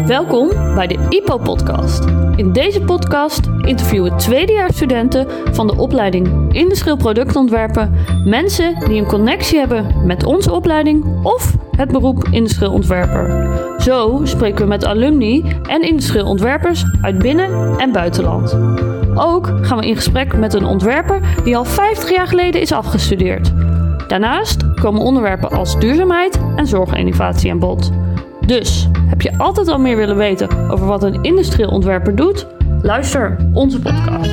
Welkom bij de IPO-podcast. In deze podcast interviewen tweedejaarsstudenten van de opleiding Industrieel Productontwerpen mensen die een connectie hebben met onze opleiding of het beroep industrieel ontwerper. Zo spreken we met alumni en industrieel ontwerpers uit binnen- en buitenland. Ook gaan we in gesprek met een ontwerper die al 50 jaar geleden is afgestudeerd. Daarnaast komen onderwerpen als duurzaamheid en zorginnovatie aan bod. Dus, heb je altijd al meer willen weten over wat een industrieel ontwerper doet? Luister onze podcast.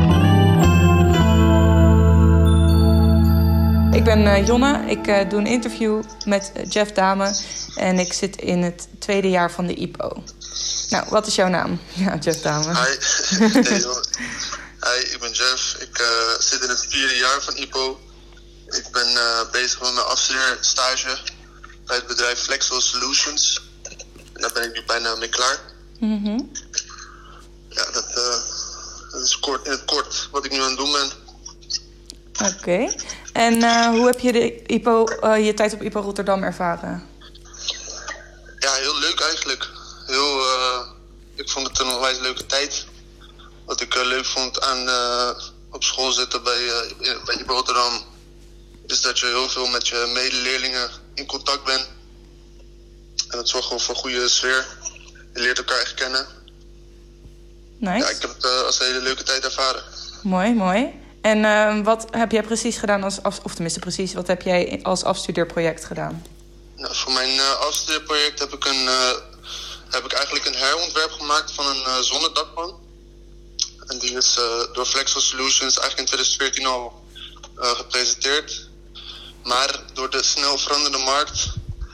Ik ben Jonne, ik doe een interview met Jeff Dame en ik zit in het tweede jaar van de IPO. Nou, wat is jouw naam? Ja, Jeff Dame. Hi, hey, hi, ik ben Jeff. Ik zit in het vierde jaar van IPO. Ik ben bezig met mijn afstudeerstage bij het bedrijf Flexwell Solutions. En daar ben ik nu bijna mee klaar. Mm-hmm. Ja, dat is in het kort wat ik nu aan het doen ben. Oké. En hoe heb je je tijd op IPO Rotterdam ervaren? Ja, heel leuk eigenlijk. Ik vond het een onwijs leuke tijd. Wat ik leuk vond aan op school zitten bij IPO Rotterdam is dat je heel veel met je medeleerlingen in contact bent. En dat zorgt gewoon voor een goede sfeer. Je leert elkaar echt kennen. Nice. Ja, ik heb het als een hele leuke tijd ervaren. Mooi. En wat heb jij precies gedaan wat heb jij als afstudeerproject gedaan? Nou, voor mijn afstudeerproject heb ik eigenlijk een herontwerp gemaakt van een zonnedakpan. En die is door Flexwell Solutions eigenlijk in 2014 al gepresenteerd. Maar door de snel veranderende markt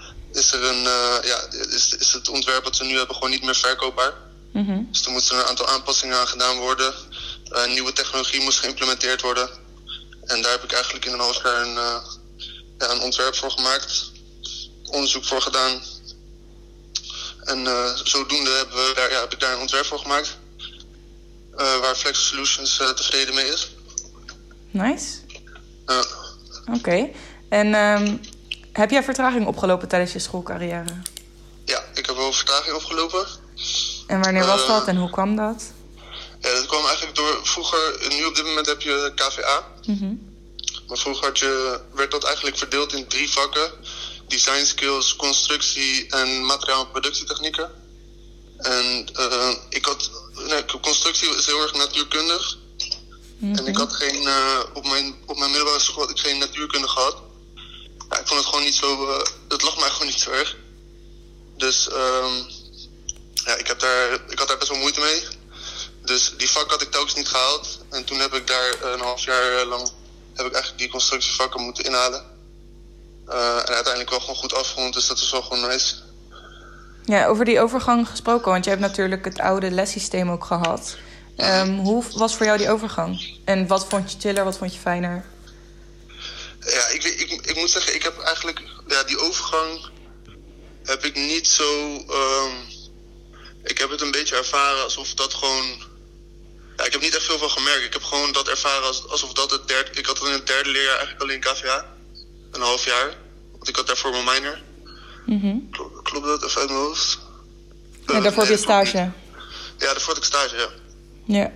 is het ontwerp dat we nu hebben gewoon niet meer verkoopbaar. Mm-hmm. Dus er moesten een aantal aanpassingen aan gedaan worden. Nieuwe technologie moest geïmplementeerd worden. En daar heb ik eigenlijk in een half jaar een ontwerp voor gemaakt. Onderzoek voor gedaan. En zodoende heb ik daar een ontwerp voor gemaakt. Waar Flexwell Solutions tevreden mee is. Nice. Oké. En heb jij vertraging opgelopen tijdens je schoolcarrière? Ja, ik heb wel vertraging opgelopen. En wanneer was dat en hoe kwam dat? Ja, dat kwam eigenlijk door vroeger. Nu op dit moment heb je KVA. Mm-hmm. Maar vroeger werd dat eigenlijk verdeeld in 3 vakken. Design skills, constructie en materiaal- en productietechnieken. En constructie is heel erg natuurkundig. Mm-hmm. En ik had geen, op mijn middelbare school had ik geen natuurkunde gehad. Ja, ik vond het gewoon niet zo, het lag mij gewoon niet zo erg. Dus ik had daar best wel moeite mee. Dus die vak had ik telkens niet gehaald. En toen heb ik daar een half jaar lang eigenlijk die constructievakken moeten inhalen. En uiteindelijk wel gewoon goed afgerond, dus dat is wel gewoon nice. Ja, over die overgang gesproken, want je hebt natuurlijk het oude lessysteem ook gehad. Hoe was voor jou die overgang? En wat vond je chiller, wat vond je fijner? Ja, ik moet zeggen, ik heb eigenlijk die overgang heb ik niet zo. Ik heb het een beetje ervaren alsof dat gewoon. Ja, ik heb niet echt veel van gemerkt. Ik heb gewoon dat ervaren alsof dat het derde. Ik had in het derde leerjaar eigenlijk alleen KVA. Een half jaar. Want ik had daarvoor mijn minor. Mm-hmm. Klopt dat even uit mijn hoofd? En daarvoor heb je stage? Ja, daarvoor had ik stage, ja. Ja.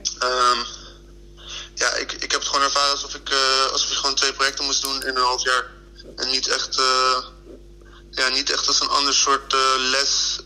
Ik heb het gewoon ervaren alsof ik gewoon 2 projecten moest doen in een half jaar. En niet echt als een ander soort les.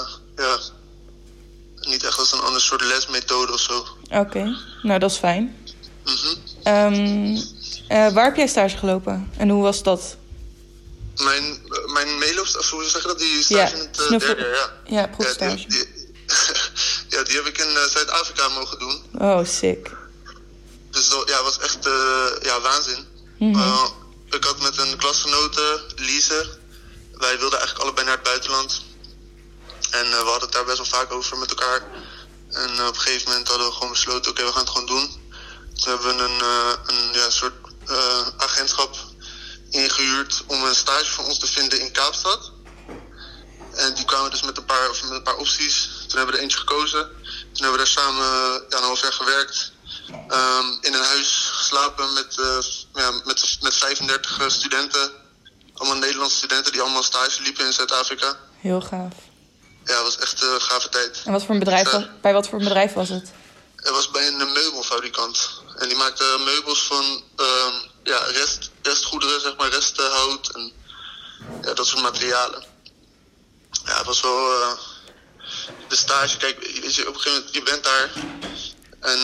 Niet echt als een ander soort lesmethode of zo. Oké, nou dat is fijn. Mm-hmm. Waar heb jij stage gelopen? En hoe was dat? Mijn meeloopstage, hoe zeg je dat? Die stage in het derde jaar, ja. Ja, proefstage. Die heb ik in Zuid-Afrika mogen doen. Oh, sick. Dus dat was echt waanzin. Mm-hmm. Ik had met een klasgenote, Lise. Wij wilden eigenlijk allebei naar het buitenland. En we hadden het daar best wel vaak over met elkaar. En op een gegeven moment hadden we gewoon besloten, oké, we gaan het gewoon doen. Toen hebben we een soort agentschap ingehuurd om een stage voor ons te vinden in Kaapstad. En die kwamen dus met een paar opties. Toen hebben we er eentje gekozen. Toen hebben we daar samen een half jaar gewerkt. In een huis geslapen met 35 studenten. Allemaal Nederlandse studenten die allemaal stage liepen in Zuid-Afrika. Heel gaaf. Ja, het was echt een gave tijd. En bij wat voor een bedrijf was het? Het was bij een meubelfabrikant. En die maakte meubels van restgoederen, zeg maar, resthout en dat soort materialen. Ja, het was wel de stage. Kijk, weet je, op een gegeven moment, je bent daar en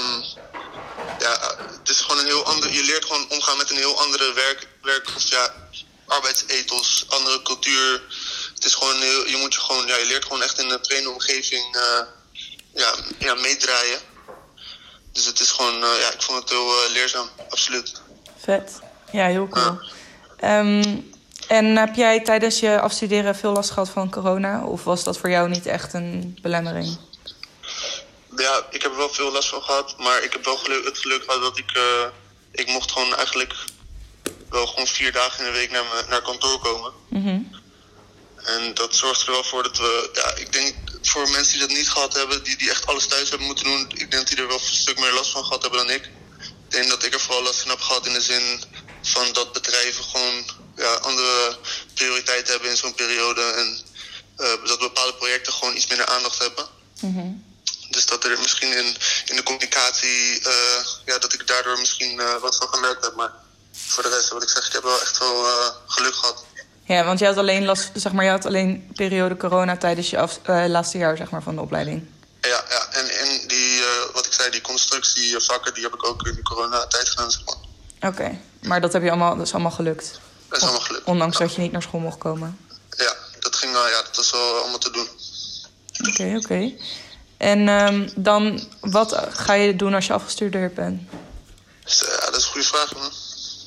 het is gewoon een heel ander. Je leert gewoon omgaan met een heel andere arbeidsethos, andere cultuur. Het is gewoon je leert gewoon echt in een vreemde omgeving meedraaien. Dus het is gewoon, ik vond het heel leerzaam, absoluut. Vet. Ja, heel cool. Ja. En heb jij tijdens je afstuderen veel last gehad van corona? Of was dat voor jou niet echt een belemmering? Ja, ik heb er wel veel last van gehad. Maar ik heb wel het geluk gehad dat ik mocht gewoon eigenlijk wel gewoon 4 dagen in de week naar kantoor komen. Mm-hmm. En dat zorgt er wel voor dat ik denk voor mensen die dat niet gehad hebben, die echt alles thuis hebben moeten doen, ik denk dat die er wel een stuk meer last van gehad hebben dan ik. Ik denk dat ik er vooral last van heb gehad in de zin van dat bedrijven gewoon andere prioriteiten hebben in zo'n periode en dat bepaalde projecten gewoon iets minder aandacht hebben. Mm-hmm. Dus dat er misschien in de communicatie, dat ik daardoor misschien wat van gemerkt heb. Maar voor de rest, wat ik zeg, ik heb wel echt wel geluk gehad. Ja, want je had alleen periode corona tijdens je laatste jaar, zeg maar, van de opleiding. Ja, en die, wat ik zei, die constructievakken, die heb ik ook in de coronatijd gedaan, zeg maar. Oké, maar dat is allemaal gelukt? Dat is allemaal gelukt. Ondanks dat je niet naar school mocht komen? Ja, dat was wel allemaal te doen. Oké. En dan, wat ga je doen als je afgestudeerd bent? Ja, dat is een goede vraag, man.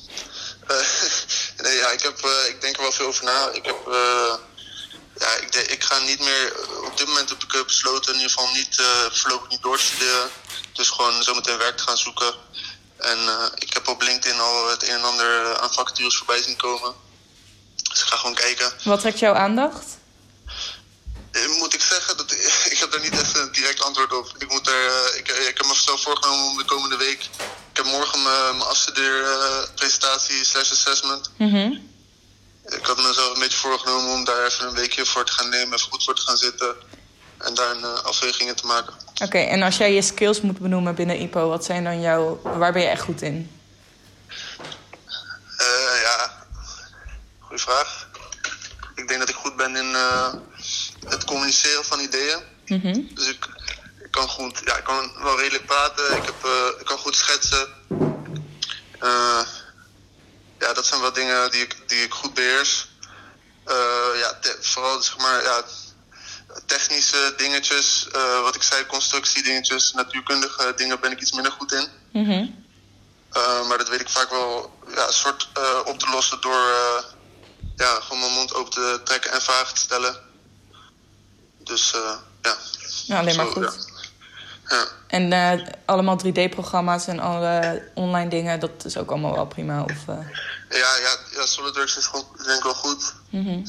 Ik denk er wel veel over na. Ik ga niet meer. Op dit moment heb ik besloten in ieder geval voorlopig niet door te studeren. Dus gewoon zometeen werk te gaan zoeken. En ik heb op LinkedIn al het een en ander aan vacatures voorbij zien komen. Dus ik ga gewoon kijken. Wat trekt jouw aandacht? Moet ik zeggen, ik heb daar niet echt een direct antwoord op. Ik heb mezelf voorgenomen om de komende week. Ik heb morgen mijn afstudeerpresentatie /assessment. Mm-hmm. Ik had mezelf een beetje voorgenomen om daar even een weekje voor te gaan nemen, even goed voor te gaan zitten en daar een afweging in te maken. Oké, en als jij je skills moet benoemen binnen IPO, wat zijn dan waar ben je echt goed in? Goeie vraag. Ik denk dat ik goed ben in het communiceren van ideeën. Mm-hmm. Dus ik kan goed, ik kan wel redelijk praten, ik kan goed schetsen. Dat zijn wel dingen die ik goed beheers. Vooral zeg maar, technische dingetjes, wat ik zei, constructiedingetjes, natuurkundige dingen ben ik iets minder goed in. Mm-hmm. Maar dat weet ik vaak wel soort op te lossen door gewoon mijn mond open te trekken en vragen te stellen. Dus alleen maar goed. Ja. En allemaal 3D-programma's en alle online dingen, dat is ook allemaal wel prima? Of, Ja, SolidWorks is gewoon, denk ik wel goed. Mm-hmm.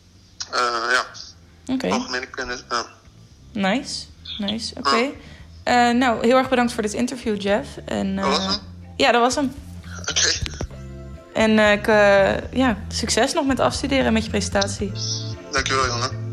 Algemene kennis, ja. Nice. Oké. Nou, heel erg bedankt voor dit interview, Jeff. En, dat was hem? Ja, dat was hem. Oké. En succes nog met afstuderen en met je presentatie. Dankjewel, jongen.